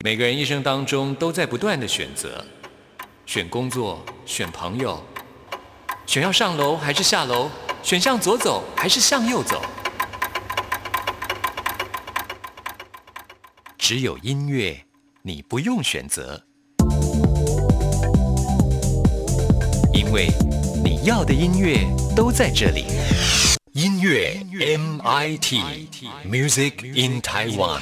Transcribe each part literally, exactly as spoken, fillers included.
每个人一生当中都在不断的选择，选工作，选朋友，选要上楼还是下楼，选向左走还是向右走。只有音乐，你不用选择，因为你要的音乐都在这里。音乐 M I T Music in Taiwan。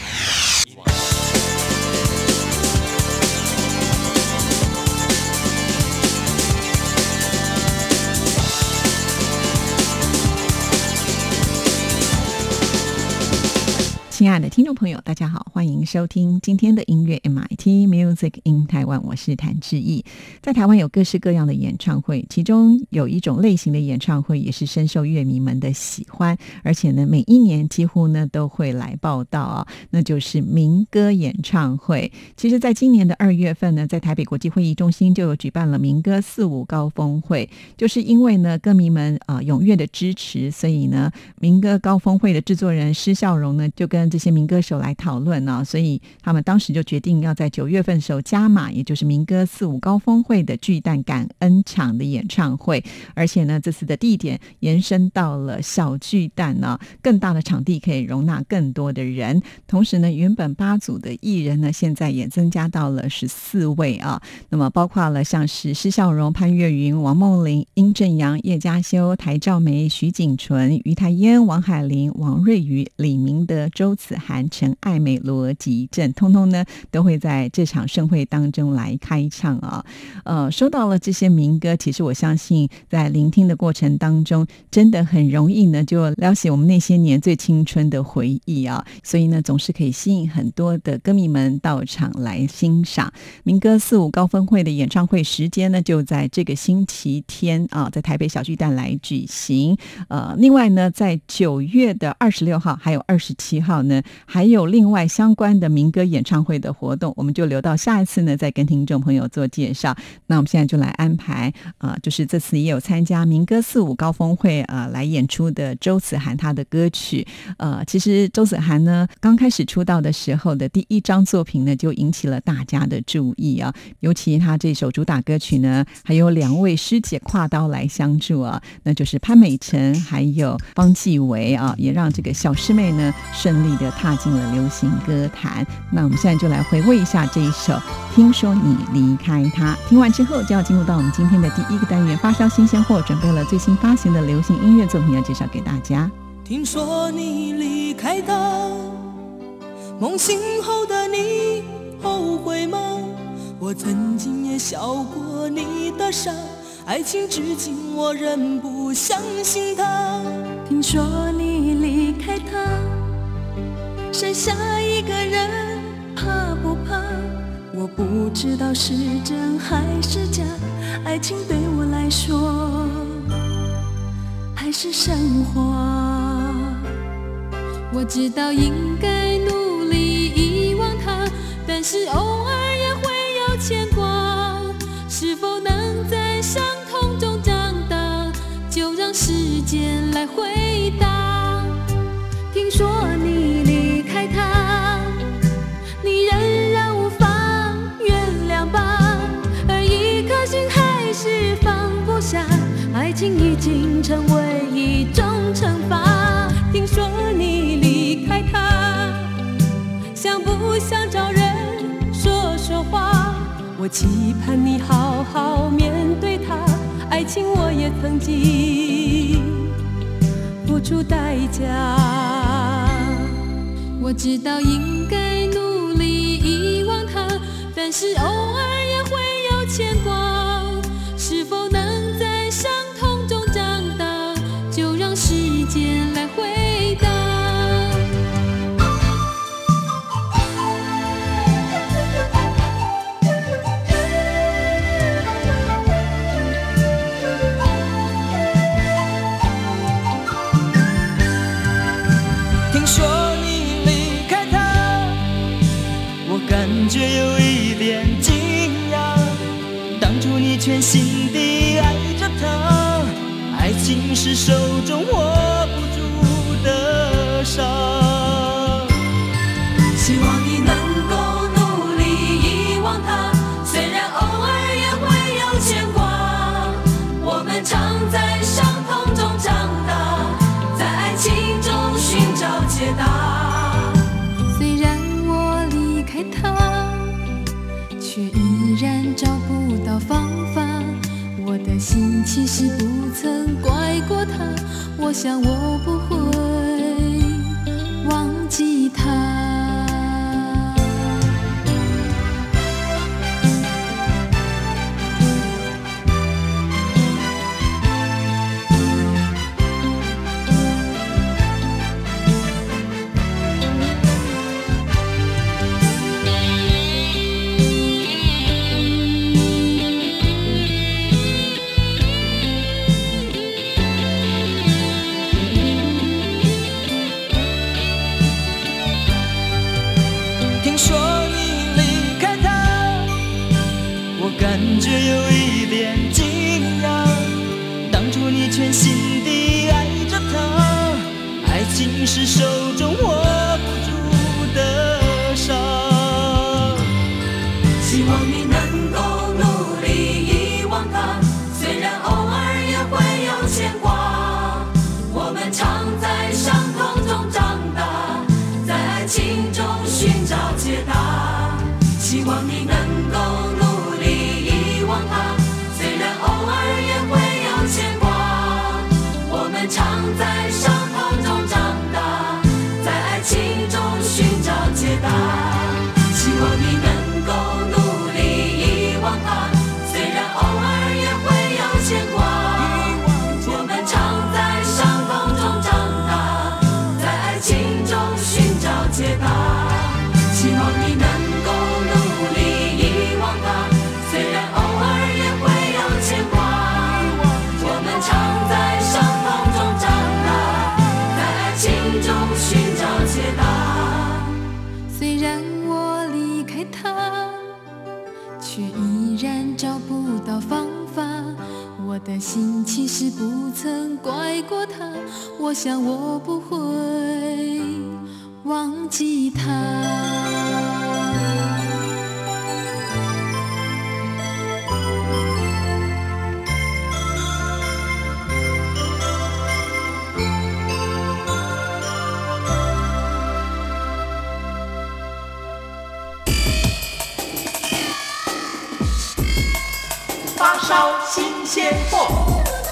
亲爱的听众朋友大家好，欢迎收听今天的音乐 M I T Music in Taiwan， 我是谭志毅。在台湾有各式各样的演唱会，其中有一种类型的演唱会也是深受乐迷们的喜欢，而且呢每一年几乎呢都会来报道啊，那就是民歌演唱会。其实在今年的二月份呢，在台北国际会议中心就有举办了民歌四五高峰会，就是因为呢歌迷们啊、呃、踊跃的支持，所以呢民歌高峰会的制作人施孝荣呢就跟这些民歌手来讨论啊，所以他们当时就决定要在九月份时候加码，也就是民歌四五高峰会的巨蛋感恩场的演唱会，而且呢这次的地点延伸到了小巨蛋呢、啊，更大的场地可以容纳更多的人。同时呢原本八组的艺人呢现在也增加到了十四位啊，那么包括了像是施孝荣、潘越云、王梦玲、殷正阳、叶嘉修、台兆梅、徐锦纯、于台烟、王海玲、王瑞瑜、李明德、周子涵、陈爱美、罗吉正，通通呢都会在这场盛会当中来开唱啊。呃，说到了这些民歌，其实我相信在聆听的过程当中，真的很容易呢就撩起我们那些年最青春的回忆啊，所以呢总是可以吸引很多的歌迷们到场来欣赏。民歌四五高峰会的演唱会时间呢就在这个星期天啊，在台北小巨蛋来举行。呃，另外呢在九月的二十六号还有二十七号呢还有另外相关的民歌演唱会的活动，我们就留到下一次呢再跟听众朋友做介绍。那我们现在就来安排呃，就是这次也有参加民歌四五高峰会呃来演出的周子涵他的歌曲。呃，其实周子涵呢刚开始出道的时候的第一张作品呢就引起了大家的注意啊，尤其他这首主打歌曲呢还有两位师姐跨刀来相助啊，那就是潘美辰还有方季惟啊，也让这个小师妹呢顺利的踏进了流行歌坛。那我们现在就来回味一下这一首《听说你离开他》，听完之后就要进入到我们今天的第一个单元发烧新鲜货，准备了最新发行的流行音乐作品要介绍给大家。 听说你离开他，梦醒后的你后悔吗？我曾经也笑过你的傻，爱情至今我仍不相信他。 听说你离开他，剩下一个人，怕不怕？我不知道是真还是假，爱情对我来说还是神话。我知道应该努力遗忘他，但是偶尔也会有牵挂。是否能在伤痛中长大，就让时间来回答。听说你离开他，你仍然无法原谅吧，而一颗心还是放不下，爱情已经成为一种惩罚。听说你离开他，想不想找人说说话？我期盼你好好面对他，爱情我也曾经付出代价。我知道应该努力遗忘他，但是偶尔也会有牵挂。是否能在伤痛中长大，就让时间来回答。 听说你离开他，我感觉有一点惊讶。当初你全心地爱着他，爱情是手中握不住的沙。希望你能够努力其实不曾怪过他，我想我不会忘记他。 感觉有一点惊讶，当初你全心地爱着他，爱情是手中握不住的沙。 希望你能够努力遗忘他，虽然偶尔也会有牵挂。我们常在伤痛中长大，在爱情中寻找解答。希望你能够努力遗忘他，虽然偶尔也会有牵挂。我们常在伤痛中长大，在爱情中寻找解答。希望你能够努力遗忘他，虽然偶尔也会有牵挂。我们常在伤痛中长大，在爱情中寻找解答。希望你能够努力遗忘他，虽然偶尔也会有牵挂。我们常在伤痛中长大，在爱情中寻找解答。虽然我离开他，却依然找不到方法。我的心其实不曾怪过他，我想我不会忘记他。 发烧新鲜货。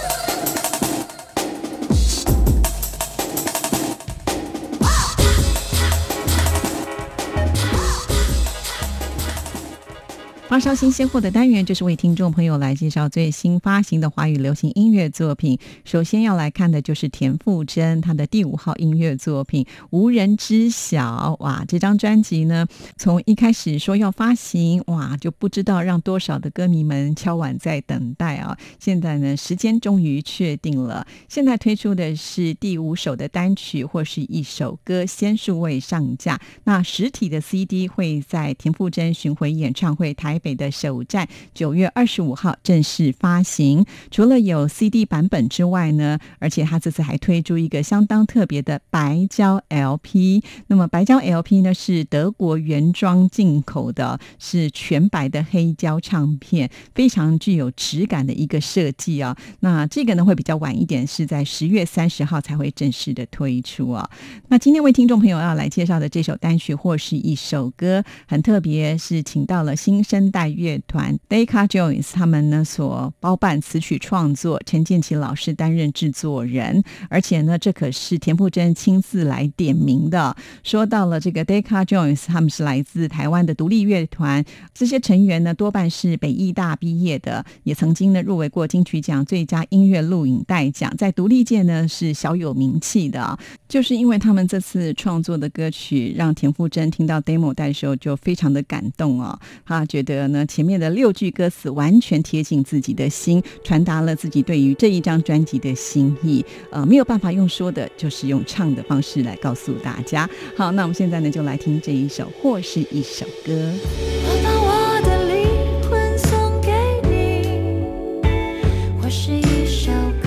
发烧新鲜货的单元就是为听众朋友来介绍最新发行的华语流行音乐作品。首先要来看的就是田馥甄她的第五号音乐作品《无人知晓》。哇，这张专辑呢，从一开始说要发行，哇，就不知道让多少的歌迷们敲碗在等待啊。现在呢，时间终于确定了，现在推出的是第五首的单曲或是一首歌先数位上架。那实体的 C D 会在田馥甄巡回演唱会台北的首站九月二十五号正式发行。除了有 C D 版本之外呢，而且他这次还推出一个相当特别的白胶 L P。 那么白胶 L P 呢是德国原装进口的，是全白的黑胶唱片，非常具有质感的一个设计啊。那这个呢会比较晚一点，是在十月三十号才会正式的推出啊。那今天为听众朋友要来介绍的这首单曲或是一首歌很特别，是请到了新生代乐团 Decca Joins 他们呢所包办词曲创作，陈建骐老师担任制作人，而且呢这可是田馥甄亲自来点名的。说到了这个 Decca Joins， 他们是来自台湾的独立乐团，这些成员呢多半是北艺大毕业的，也曾经呢入围过金曲奖最佳音乐录影带奖，在独立界呢是小有名气的。就是因为他们这次创作的歌曲，让田馥甄听到 demo 带的时候就非常的感动哦，他觉得呢前面的六句歌词完全贴近自己的心，传达了自己对于这一张专辑的心意。呃，没有办法用说的，就是用唱的方式来告诉大家。好，那我们现在呢就来听这一首或是一首歌。 我把我的灵魂送给你，或是一首歌，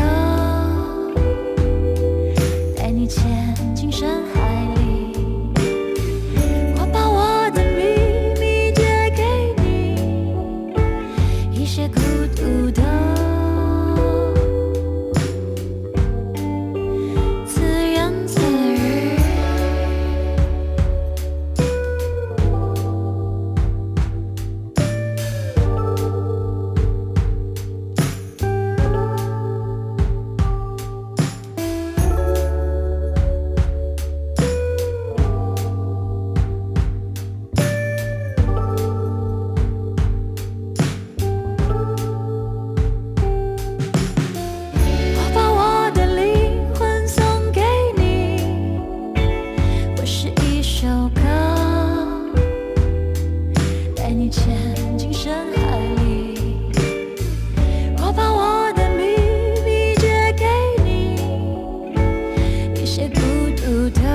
带你潜进深海里。我把我的秘密借给你，一些孤独的自言自语。 你潜进深海里，我把我的秘密借给你，一些孤独的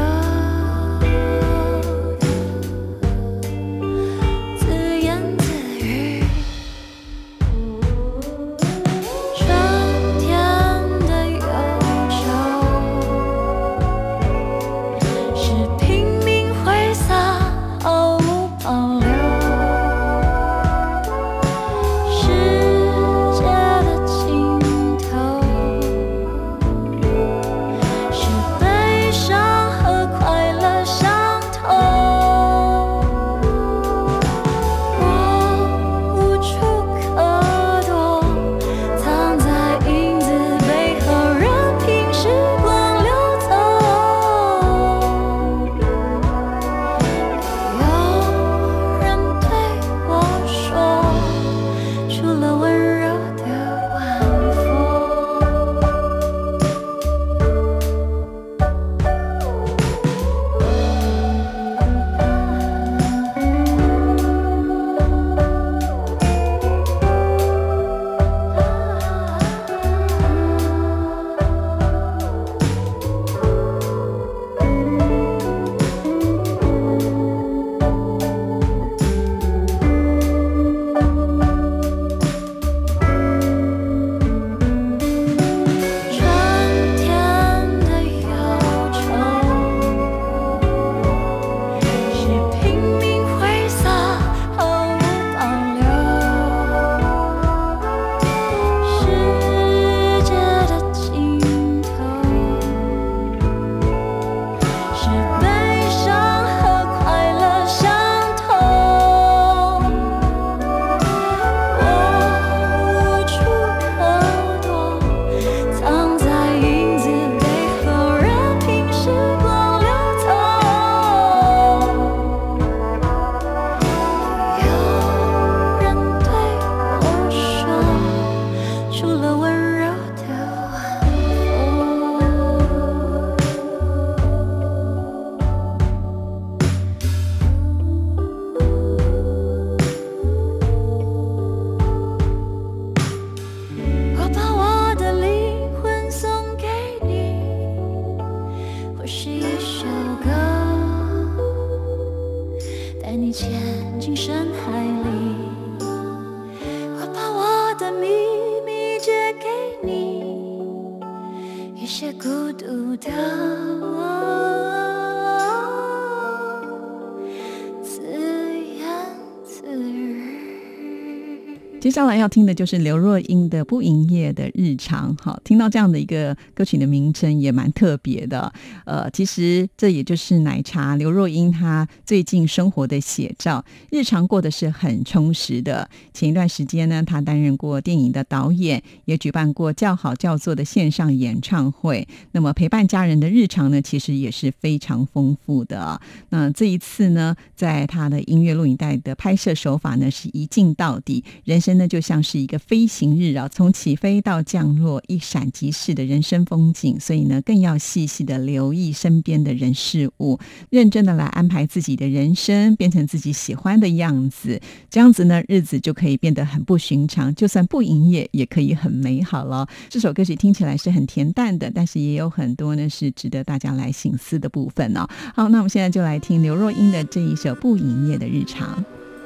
接下来要听的就是刘若英的《不营业的日常》。好，听到这样的一个歌曲的名称也蛮特别的。呃，其实这也就是奶茶刘若英她最近生活的写照，日常过得是很充实的。前一段时间呢，她担任过电影的导演，也举办过叫好叫座的线上演唱会。那么陪伴家人的日常呢，其实也是非常丰富的。那这一次呢，在她的音乐录影带的拍摄手法呢，是一镜到底，人生呢就像是一个飞行日啊，从起飞到降落，一闪即逝的人生风景。所以呢，更要细细的留意身边的人事物，认真的来安排自己的人生，变成自己喜欢的样子。这样子呢，日子就可以变得很不寻常，就算不营业也可以很美好了。这首歌曲听起来是很恬淡的，但是也有很多呢是值得大家来省思的部分哦。好，那我们现在就来听刘若英的这一首《不营业的日常》。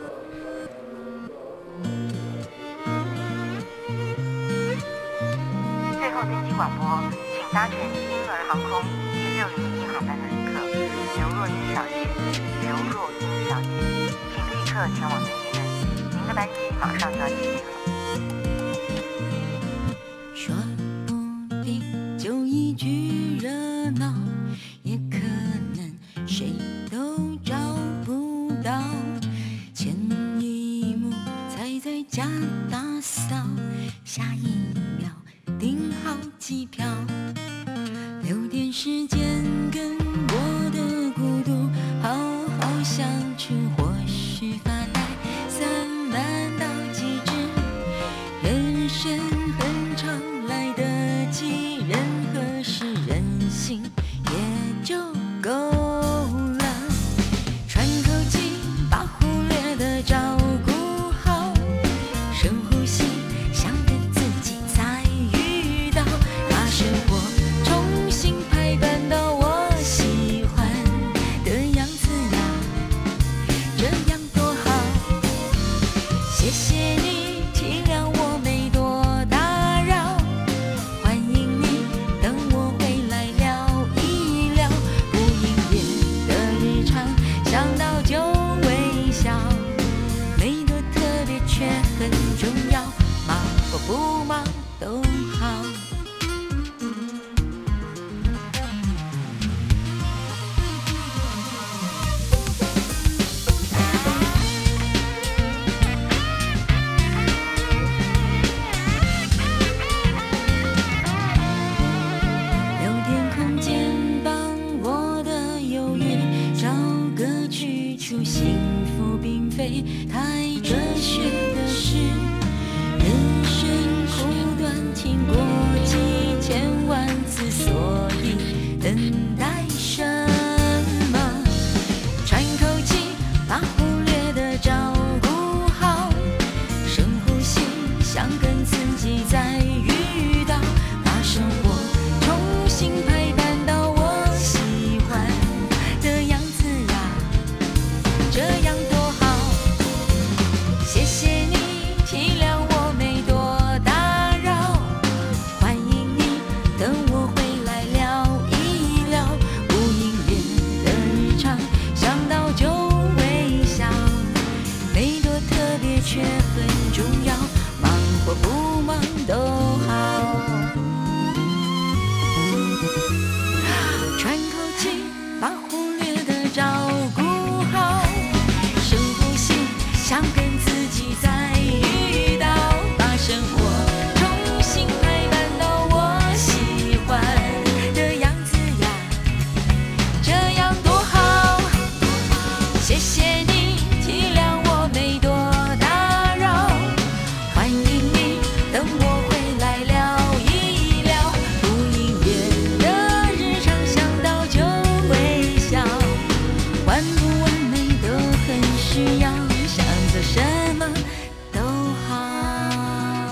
最后登机广播，请搭乘婴儿航空第六零一航班的旅客刘若英小姐，刘若英小姐，请立刻前往登机门，您的班机马上就要起飞了。 说不定就一句热闹，也可能谁都找不到。前一幕才在家打扫，下一秒订好机票，留点时间跟我的孤独好好相处，或许发呆散漫到极致，人生很长，来得及，任何事任性也就够了，喘口气，把忽略的照顾谢谢你体谅我没多打扰，欢迎你等我回来聊一聊，不营业的日常，想到就微笑，没多特别却很重要，忙或不忙都好。留点空间帮我的忧郁找个去处，幸福并非太哲学的事，人生苦短，听过几千万次，所以等待什么？喘口气，把忽略的照顾好，深呼吸，想跟自己再遇到，把生活重新排版到我喜欢的样子呀，这样多好。谢谢你体谅我没多打扰，欢迎你等我回来聊一聊，不营业的日常，想到就微笑，没多特别却很重要，忙或不忙都好。喘口气，把忽略的照顾好，深呼吸，想跟自己再遇到，把生活重新排版到我喜欢的样子呀，这样多好。谢谢你体谅我没多打扰，欢迎你等我回来聊一聊，不营业的日常，想到就微笑，完不完美都很需要，想做什么都好。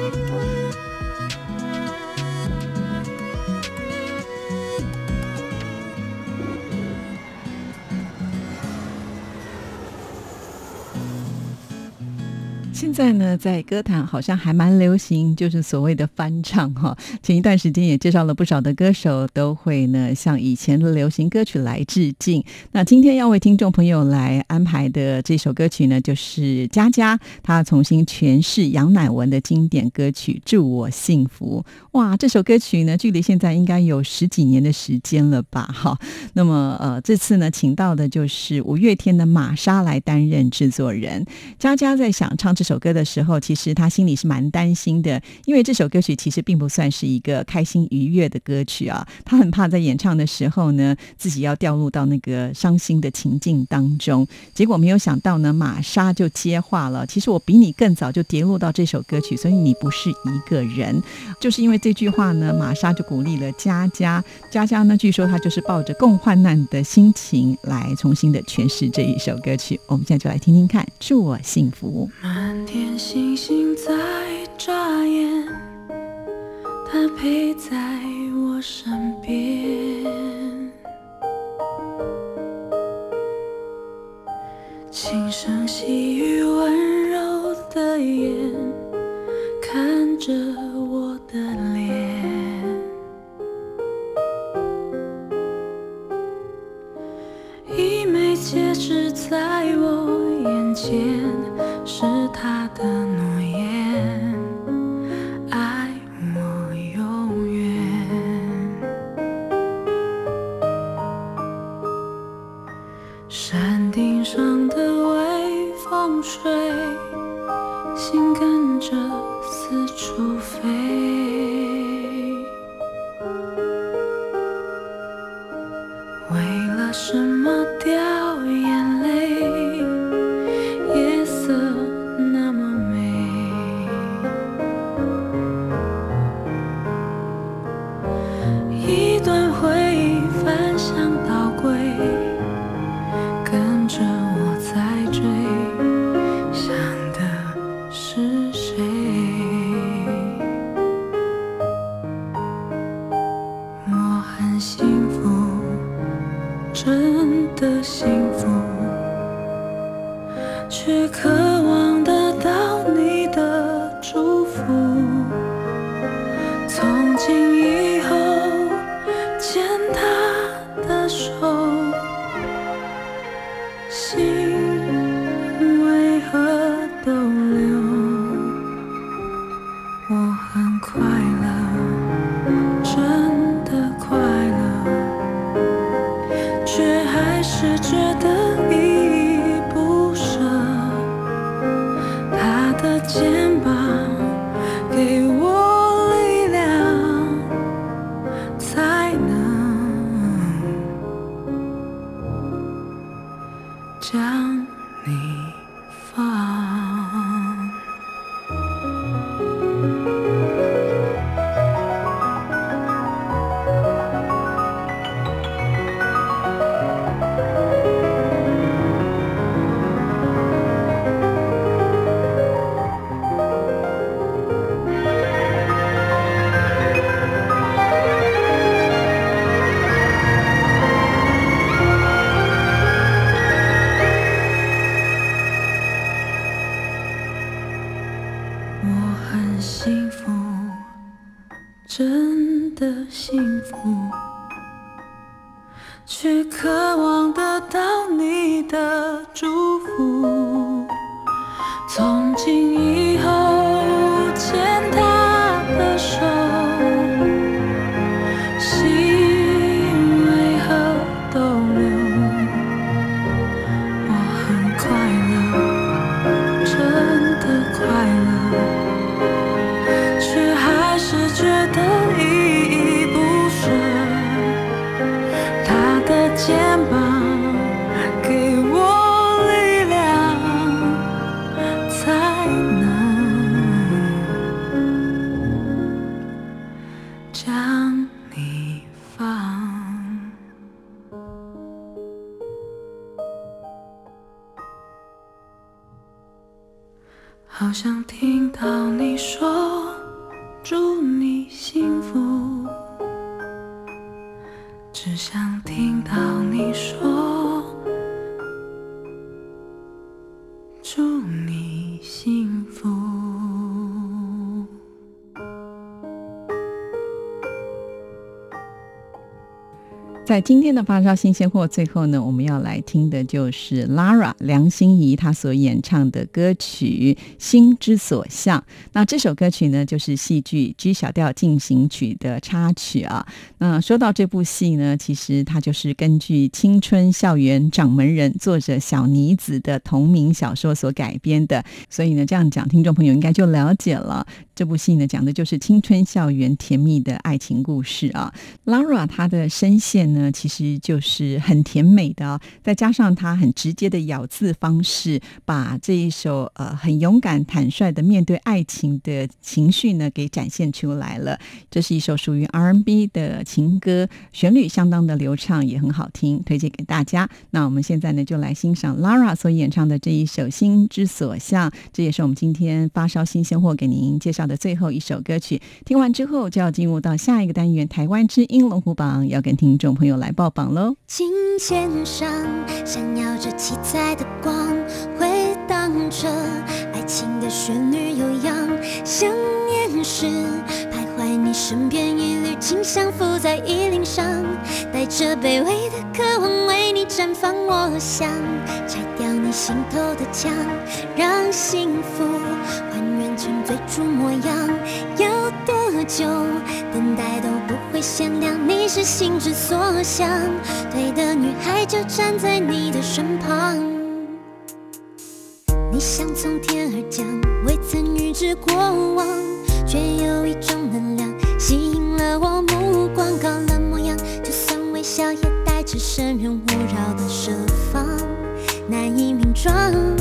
现在呢，在歌坛好像还蛮流行，就是所谓的翻唱哈。前一段时间也介绍了不少的歌手，都会呢向以前的流行歌曲来致敬。那今天要为听众朋友来安排的这首歌曲呢，就是佳佳她重新诠释杨乃文的经典歌曲《祝我幸福》。哇，这首歌曲呢，距离现在应该有十几年的时间了吧？哈，那么呃，这次呢，请到的就是五月天的玛莎来担任制作人。佳佳在想唱这首歌的时候，其实她心里是蛮担心的，因为这首歌曲其实并不算是一个开心愉悦的歌曲啊，她很怕在演唱的时候呢，自己要掉入到那个伤心的情境当中。结果没有想到呢，玛莎就接话了，其实我比你更早就跌入到这首歌曲，所以你不是一个人。就是因为这句话呢，玛莎就鼓励了佳佳。佳佳呢，据说她就是抱着共患难的心情来重新的诠释这一首歌曲。我们现在就来听听看《祝我幸福》。 满天星星在眨眼，它陪在我身边，轻声细语温柔的眼，看着我的脸，一枚戒指在我眼前，是他的诺言，爱我永远。山顶上的微风吹，心跟着四处飞，为了什么掉眼泪？夜色那么美，一段回忆翻箱倒柜，跟着我在追，想的是谁？ 肩膀给我力量，才能将你放。我很幸福，真的幸福，却渴望得到你的祝福。从今以后牵他的手，心为何逗留？我很快乐，真的快乐，却还是觉得依依不舍。他的肩膀给我力量，才能将你放。好想听到你说祝你幸福，只想听到你说祝你幸福。 在今天的发烧新鲜货最后呢，我们要来听的就是 Lara 梁心颐她所演唱的歌曲《心之所向》。那这首歌曲呢，就是戏剧《G 小调进行曲》的插曲啊。那说到这部戏呢，其实它就是根据青春校园掌门人作者小妮子的同名小说所改编的，所以呢，这样讲听众朋友应该就了解了。这部戏呢，讲的就是青春校园甜蜜的爱情故事啊。Lara 她的声线呢，其实就是很甜美的哦，再加上她很直接的咬字方式，把这一首呃很勇敢坦率的面对爱情的情绪呢给展现出来了。这是一首属于 R and B 的情歌，旋律相当的流畅，也很好听，推荐给大家。那我们现在呢就来欣赏 Lara 所演唱的这一首《心之所向》，这也是我们今天发烧新鲜货给您介绍的最后一首歌曲。听完之后就要进入到下一个单元台湾之音龙虎榜，要跟听众朋友来报榜喽。 琴弦上闪耀着七彩的光，回荡着爱情的旋律悠扬，想念时徘徊你身边，一缕清香浮在衣领上，带着卑微的渴望为你绽放。我想拆掉你心头的墙，让幸福还原成最初模样。要多久等待都不会限量，你是心之所向，对的女孩就站在你的身旁。你像从天而降，未曾预知过往，却有一种能量吸引了我目光。高冷模样，就算微笑也带着生人勿扰的设防，难以名状。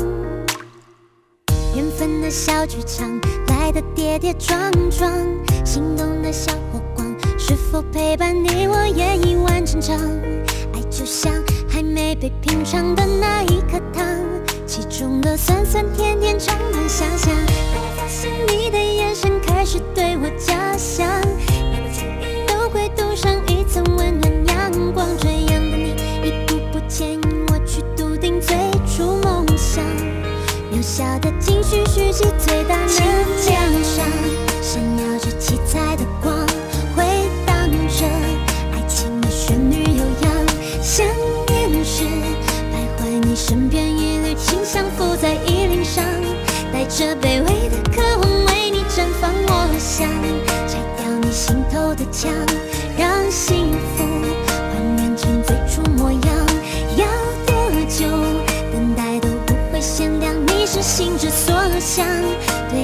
缘分的小剧场来的跌跌撞撞，心动的小火光是否陪伴你我也已完整长。爱就像还没被品尝的那一颗糖，其中的酸酸甜甜充满想象。当我发现你的眼神开始对我假想，每个轻易都会镀上一层温暖阳光。这样的你一步步牵引我去笃定最初梦想，渺小的情绪蓄积最大能量上，闪耀着七彩的光，回荡着爱情的旋律悠扬。想念时徘徊你身边，一缕清香浮在衣领上，带着卑微的渴望为你绽放。我想拆掉你心头的墙，让幸福还原成最初模样。要多久等待都不会限量，你是心之所向，对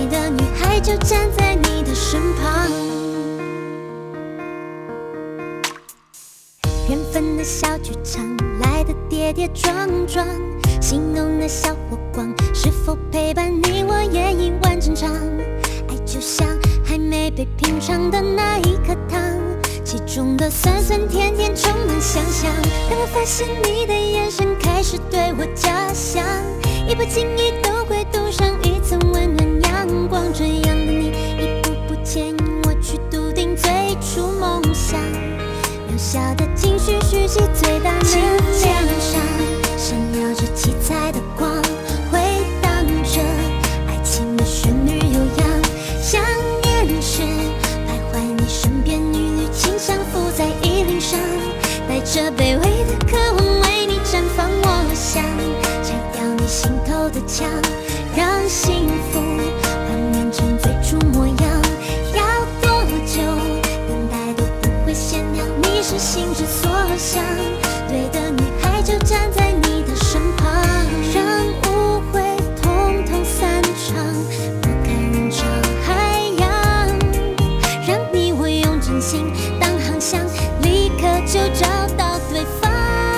跌撞撞，心动的小火光是否陪伴你我也已完整场，爱就像还没被品尝的那一颗糖，其中的酸酸甜甜充满想象。当我发现你的眼神开始对我假想，一不经意都会镀上一层温暖阳光，这样的你一步步牵引我去笃定最初梦想，渺小的情绪蓄积最大能量上，闪耀着七彩的光，回荡着爱情的旋律悠扬，想念时徘徊你身边，一缕清香浮在衣领上，带着卑微的渴望为你绽放，我想拆掉你心头的墙，让幸福幻变成最初模样，要多久等待都不会嫌掉，你是心之所向，对的女孩就站在你的身旁，让误会统统散场，拨开人潮海洋，让你我用真心当航向，立刻就找到对方。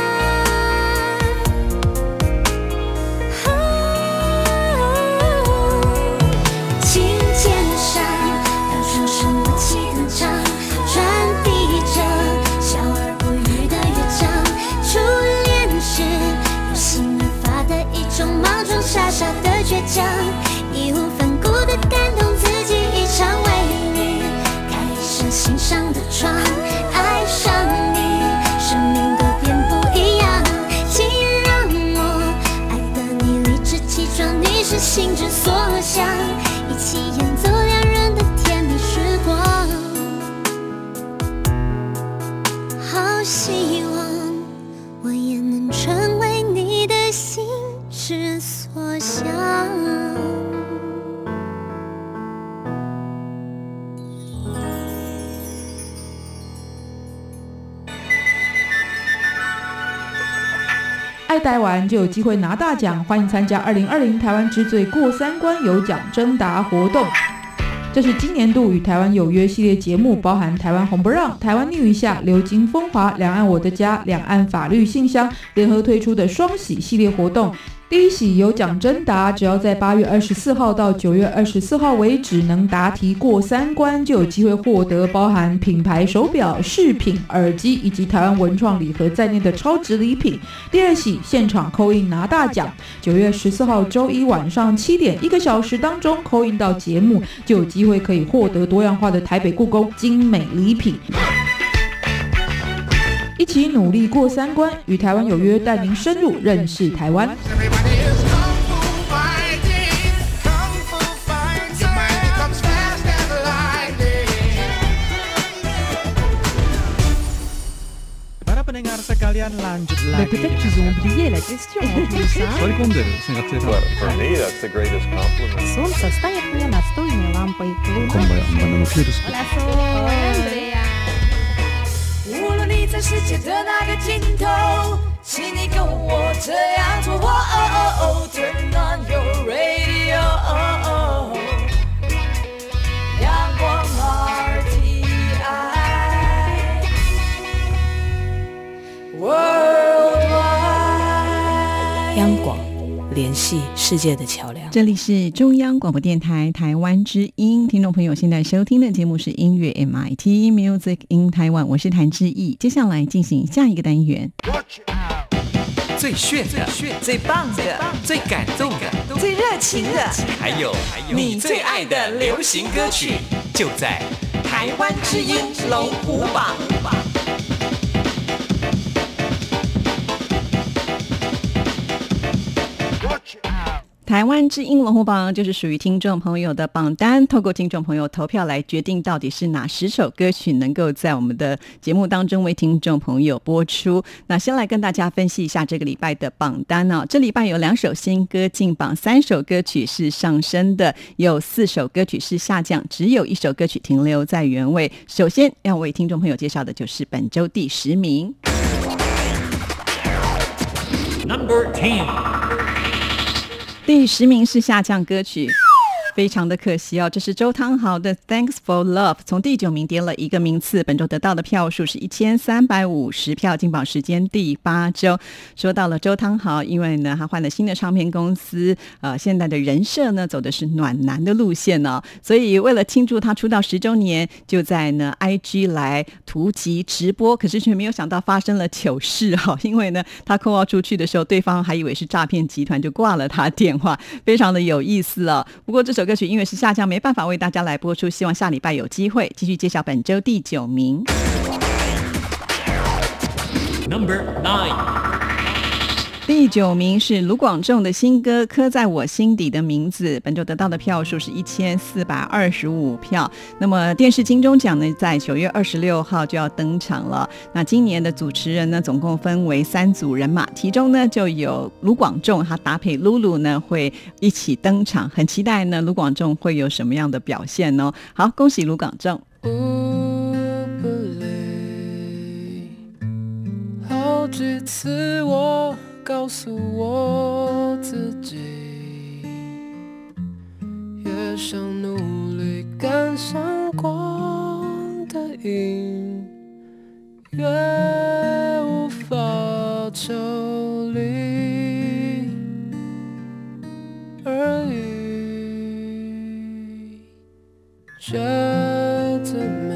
琴键上，让双手默契哼唱，传递着笑而不语的乐章。初恋时有心而发的一种莽撞，傻傻的倔强，义无反顾的感动自己一场，为你开一扇心上的窗，爱上你，生命都变不一样。请让我爱得你理直气壮，你是心之所向，一起演奏两人的甜蜜时光。好希望我也能成为你的心之所向。 爱台湾就有机会拿大奖，欢迎参加二零二零台湾之最过三关有奖征答活动。这是今年度与台湾有约系列节目，包含台湾红不让、台湾逆一下、流金风华、两岸我的家、两岸法律信箱联合推出的双喜系列活动。第一喜有奖征答，只要在八月二十四号到九月二十四号为止能答题过三关，就有机会获得包含品牌手表、饰品、耳机以及台湾文创礼盒在内的超值礼品。第二喜现场call in拿大奖，九月十四号周一晚上七点，一个小时当中call in到节目，就有机会可以获得多样化的台北故宫精美礼品。一起努力过三关，与台湾有约，带您深入认识台湾。 Mais peut-être qu'ils ont oublié la question en plus. For me, that's the greatest compliment. Солнце стоит мне над стойной лампой. 无论你在世界的哪个尽头，请你跟我这样做。Oh, oh, oh, turn on your radio. Oh, oh. 阳光 R T I Worldwide。 央广联系世界的桥梁。 这里是中央广播电台台湾之音，听众朋友现在收听的节目是音乐 M I T Music in Taiwan， 我是谭志毅。接下来进行下一个单元， 最炫的、 最棒的、 最感动的、 最热情的， 还有你最爱的流行歌曲，就在台湾之音龙虎榜。 台湾之音龙虎榜就是属于听众朋友的榜单，透过听众朋友投票来决定到底是哪十首歌曲能够在我们的节目当中为听众朋友播出。那先来跟大家分析一下这个礼拜的榜单哦。这礼拜有两首新歌进榜，三首歌曲是上升的，有四首歌曲是下降，只有一首歌曲停留在原位。首先要为听众朋友介绍的就是本周第十名 Number ten， 第十名是下降歌曲非常的可惜哦，这是周汤豪的 Thanks for Love 从第九名跌了一个名次，本周得到的票数是一千三百五十票，进榜时间第八周。说到了周汤豪，因为呢他换了新的唱片公司，呃，现在的人设呢走的是暖男的路线哦，所以为了庆祝他出道十周年，就在呢 I G 来突击直播，可是却没有想到发生了糗事哦，因为呢他call out出去的时候，对方还以为是诈骗集团，就挂了他电话，非常的有意思哦。不过这首歌曲因为是下降，没办法为大家来播出，希望下礼拜有机会继续揭晓本周第九名。 Number nine， 第九名是卢广仲的新歌《刻在我心底的名字》，本周得到的票数是一千四百二十五票。那么电视金钟奖呢，在九月二十六号就要登场了。那今年的主持人呢，总共分为三组人马，其中呢就有卢广仲，他搭配露露呢会一起登场，很期待呢卢广仲会有什么样的表现呢？好，恭喜卢广仲。 好几次我告诉我自己，越想努力赶上光的影，越无法抽离而已，觉得美，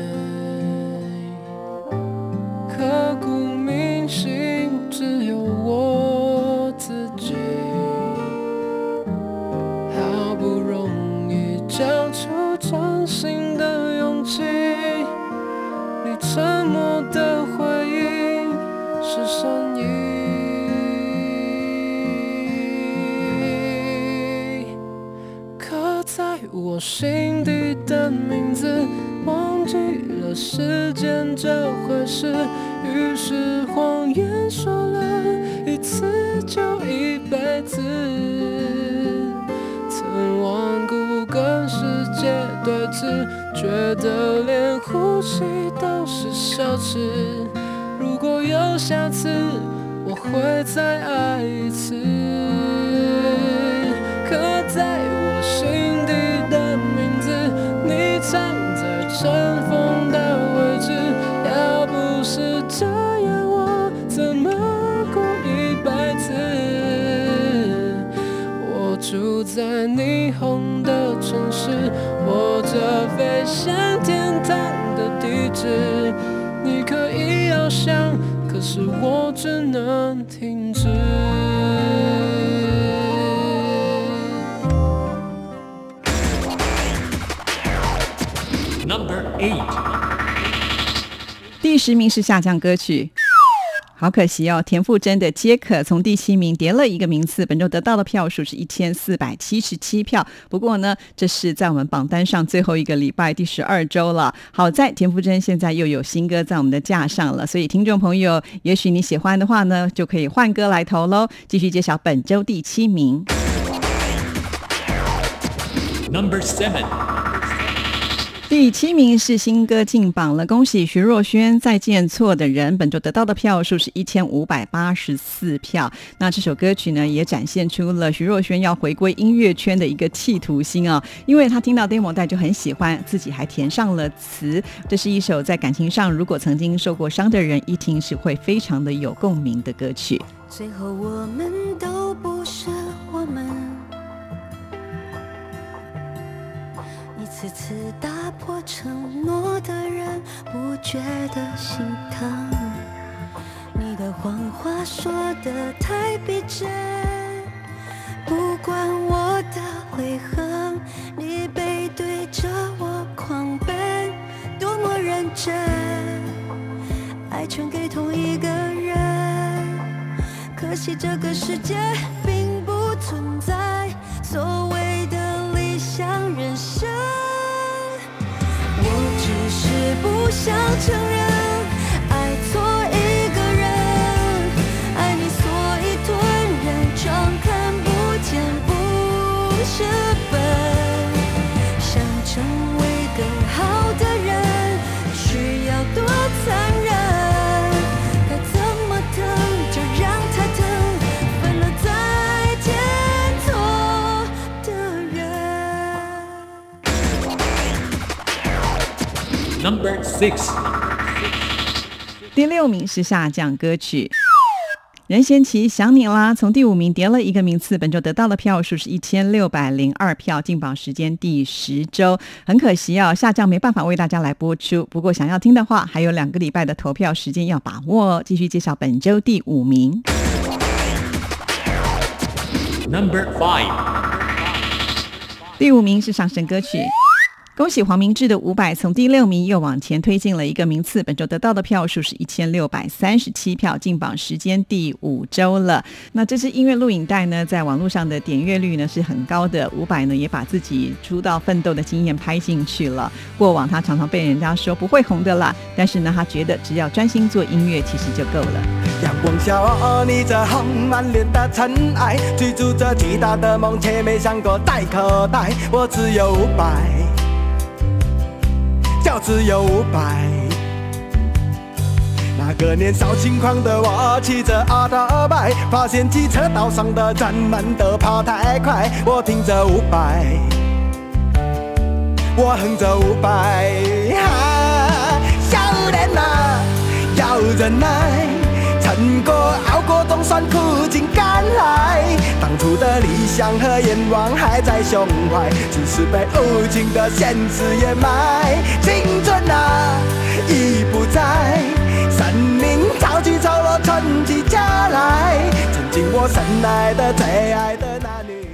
刻骨铭心只有我自己，好不容易交出真心的勇气，你沉默的回应是善意，刻在我心底的名字，忘记了时间这回事，于是谎言说了一次就一辈子，曾顽固跟世界对峙，觉得连呼吸都是奢侈，如果有下次我会再爱一次，刻在我心底的名字，你藏在尘封的位置，要不是这样我怎么过一辈子，我住在霓虹的城市，握着飞向天堂的地址，你可以翱翔，可是我只能停止。 Number eight， 第十名是下降歌曲，好可惜哦，田馥甄的《皆可》从第七名跌了一个名次，本周得到的票数是一千四百七十七票。不过呢，这是在我们榜单上最后一个礼拜，第十二周了。好在田馥甄现在又有新歌在我们的架上了，所以听众朋友，也许你喜欢的话呢，就可以换歌来投喽。继续揭晓本周第七名。 Number seven， 第七名是新歌进榜了，恭喜徐若瑄《再见错的人》，本周得到的票数是一千五百八十四票。那这首歌曲呢，也展现出了徐若瑄要回归音乐圈的一个企图心啊、哦！因为她听到 demo 带就很喜欢，自己还填上了词。这是一首在感情上如果曾经受过伤的人一听是会非常的有共鸣的歌曲。 最后我们都不是我们，一次次打破承诺的人不觉得心疼，你的谎话说得太逼真，不管我的悔恨，你背对着我狂奔，多么认真，爱全给同一个人，可惜这个世界并不存在所谓的理想人生，我只是不想承认爱错一个人，爱你所以吞忍，装看不见不是笨，想成为更好的人需要多残忍，该怎么疼就让它疼，分了再见错的人。 Number six， 第六名是下降歌曲。任贤齐想你啦，从第五名跌了一个名次，本周得到的票数是一千六百零二票，进榜时间第十周。很可惜哦，下降没办法为大家来播出。不过想要听的话，还有两个礼拜的投票时间要把握哦。继续介绍本周第五名。 Number five， 第五名是上升歌曲。恭喜黄明志的伍佰从第六名又往前推进了一个名次，本周得到的票数是一千六百三十七票，进榜时间第五周了。那这支音乐录影带呢，在网络上的点阅率呢是很高的，伍佰呢也把自己出道奋斗的经验拍进去了。过往他常常被人家说不会红的啦，但是呢他觉得只要专心做音乐其实就够了。 阳光下你这红满脸的尘埃，追逐着巨大的梦却没想过再可待，我只有伍佰，就只有伍佰。那个年少轻狂的我骑着阿达拜，发现机车道上的人们都跑太快，我听着伍佰，我哼着伍佰。啊，少年啊，要忍耐，撑过熬过冬酸苦尽甘来，当初的理想和愿望还在胸怀，只是被无情的现实掩埋。青春啊已不在，生命潮起潮落春季家来，曾经我深爱的最爱的那女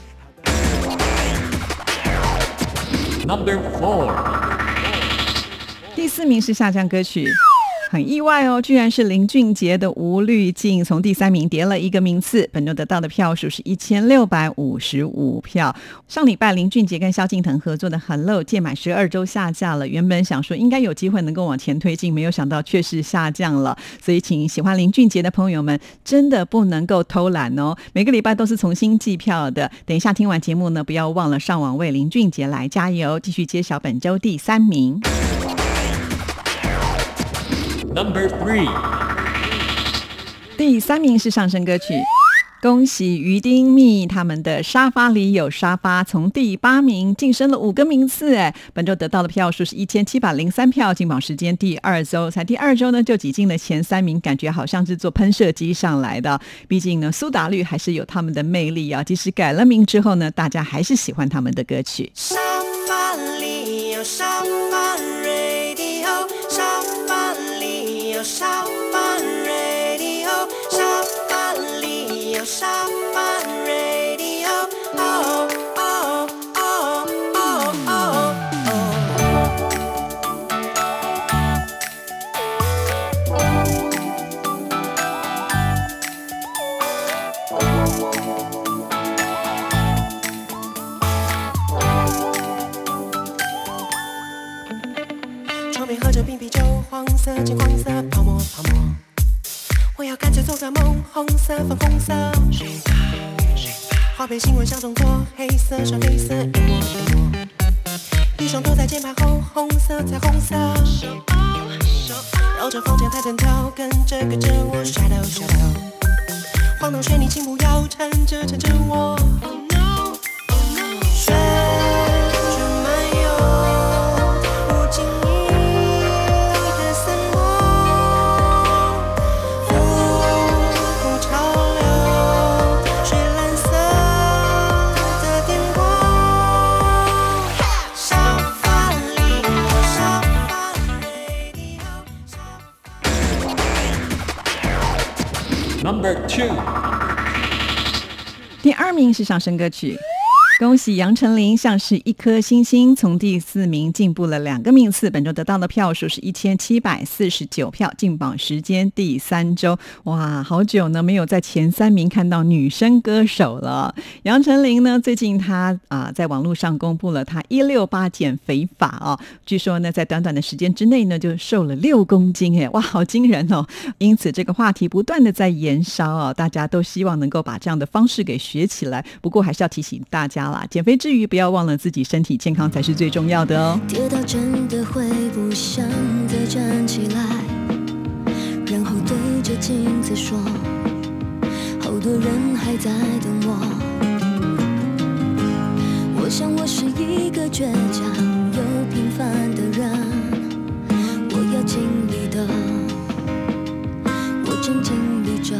孩。 Number four， 第四名是下降歌曲。很意外哦，居然是林俊杰的《无滤镜》从第三名跌了一个名次，本周得到的票数是一千六百五十五票。上礼拜林俊杰跟萧敬腾合作的《Hello》届满十二周下架了，原本想说应该有机会能够往前推进，没有想到却是下降了。所以请喜欢林俊杰的朋友们真的不能够偷懒哦，每个礼拜都是重新计票的。等一下听完节目呢，不要忘了上网为林俊杰来加油。继续揭晓本周第三名。 Number three， 第三名是上升歌曲。恭喜于丁密他们的沙发里有沙发从第八名晋升了五个名次，哎，本周得到的票数是一千七百零三票，进榜时间第二周，才第二周呢就挤进了前三名，感觉好像是坐喷射机上来的。毕竟呢苏打绿还是有他们的魅力啊，即使改了名之后呢，大家还是喜欢他们的歌曲。 沙发里有沙发 radio， 沙发里有沙发 radio， 沙发里有沙发 radio， 哦哦哦哦哦窗边喝着冰啤酒，黄色金黄色泡沫泡沫，我要干脆做个梦，红色粉红色，花边新闻像中国，黑色像黑色一抹一抹，一双躲在键盘后，红色彩虹色，绕着房间台灯跳，跟着跟着我 shadow shadow， 晃动水泥请不要缠着缠着我。 Number two， 第二名是上升歌曲。恭喜杨丞琳像是一颗星星从第四名进步了两个名次，本周得到的票数是一千七百四十九票，进榜时间第三周。哇，好久呢没有在前三名看到女生歌手了。杨丞琳呢最近她啊、呃、在网络上公布了她一六八减肥法哦，据说呢在短短的时间之内呢就瘦了六公斤，哎，哇，好惊人哦！因此这个话题不断的在延烧哦，大家都希望能够把这样的方式给学起来。不过还是要提醒大家啦，减肥之余不要忘了自己身体健康才是最重要的哦。 跌倒真的会不想再站起来，然后对着镜子说，好多人还在等我。我想我是一个倔强又平凡的人， 经历的，我正经历着。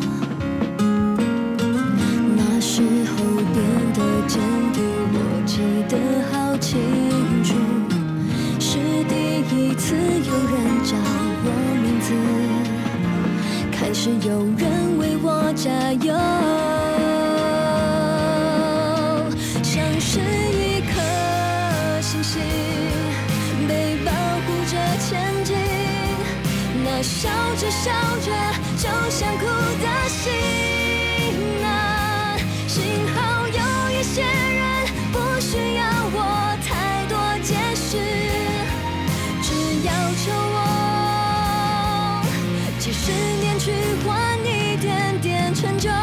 那时候变得坚定，我记得好清楚，是第一次有人叫我名字，开始有人为我加油，像是一颗星星被保护着前进，那笑着笑着就想哭的心啊，幸好有一些人不需要我太多解释，只要求我几十年去换一点点成就。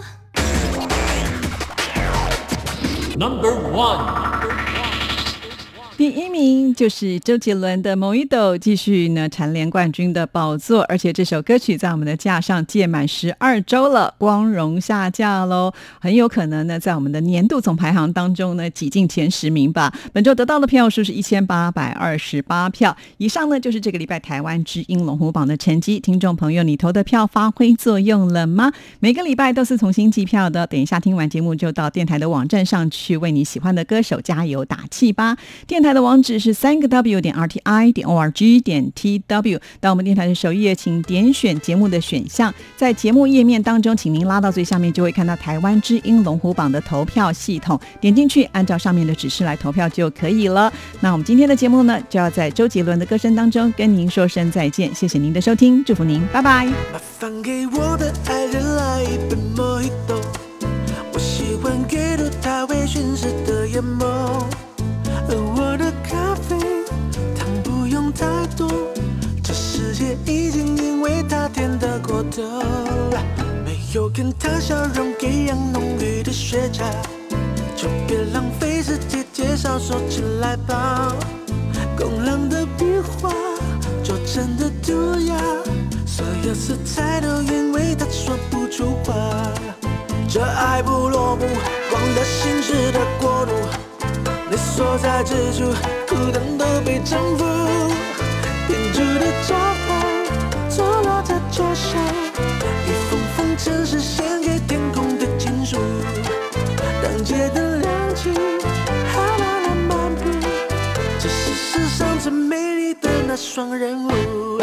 Number one。 第一名就是周杰伦的《Mojito》，继续呢蝉联冠军的宝座，而且这首歌曲在我们的架上届满十二周了，光荣下架喽，很有可能呢在我们的年度总排行当中呢挤进前十名吧。本周得到的票数是一千八百二十八票。以上呢就是这个礼拜台湾之音龙虎榜的成绩，听众朋友，你投的票发挥作用了吗？每个礼拜都是重新计票的，等一下听完节目就到电台的网站上去为你喜欢的歌手加油打气吧。电台的网址是三个 W 点 R T I 点 O R G 点 T W， 到我们电台的首页，请点选节目的选项，在节目页面当中，请您拉到最下面，就会看到台湾之音龙虎榜的投票系统，点进去，按照上面的指示来投票就可以了。那我们今天的节目呢，就要在周杰伦的歌声当中跟您说声再见，谢谢您的收听，祝福您，拜拜。 麻烦给我的爱人来一杯 Mojito， 我喜欢给入他微醺时的眼眸，而我的咖啡糖不用太多，这世界已经因为它甜得过头，没有跟他笑容一样浓郁的雪茄，就别浪费时间介绍，说起来吧，工人的笔画就真的涂鸦，所有色彩都因为他说不出话，这爱不落幕，光的心事的国度，你所在之处，孤单都被征服。天主的招牌坐落在脚下，一封封城市献给天空的情书。当街灯亮起，还慢慢漫步，这是世上最美丽的那双人舞。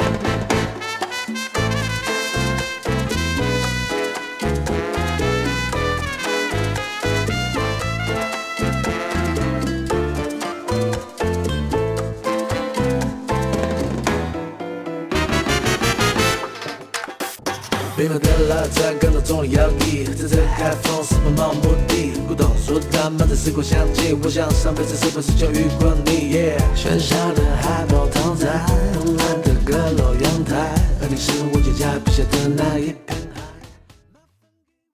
北方的拉赞感到中了摇曳，在这海风是奔冒目的，古董说他们在时光相近，我想上辈子是不是就遇过你、yeah、喧嚣的海报躺在慵懒的阁楼阳台，而你是我脚下笔下的那一片。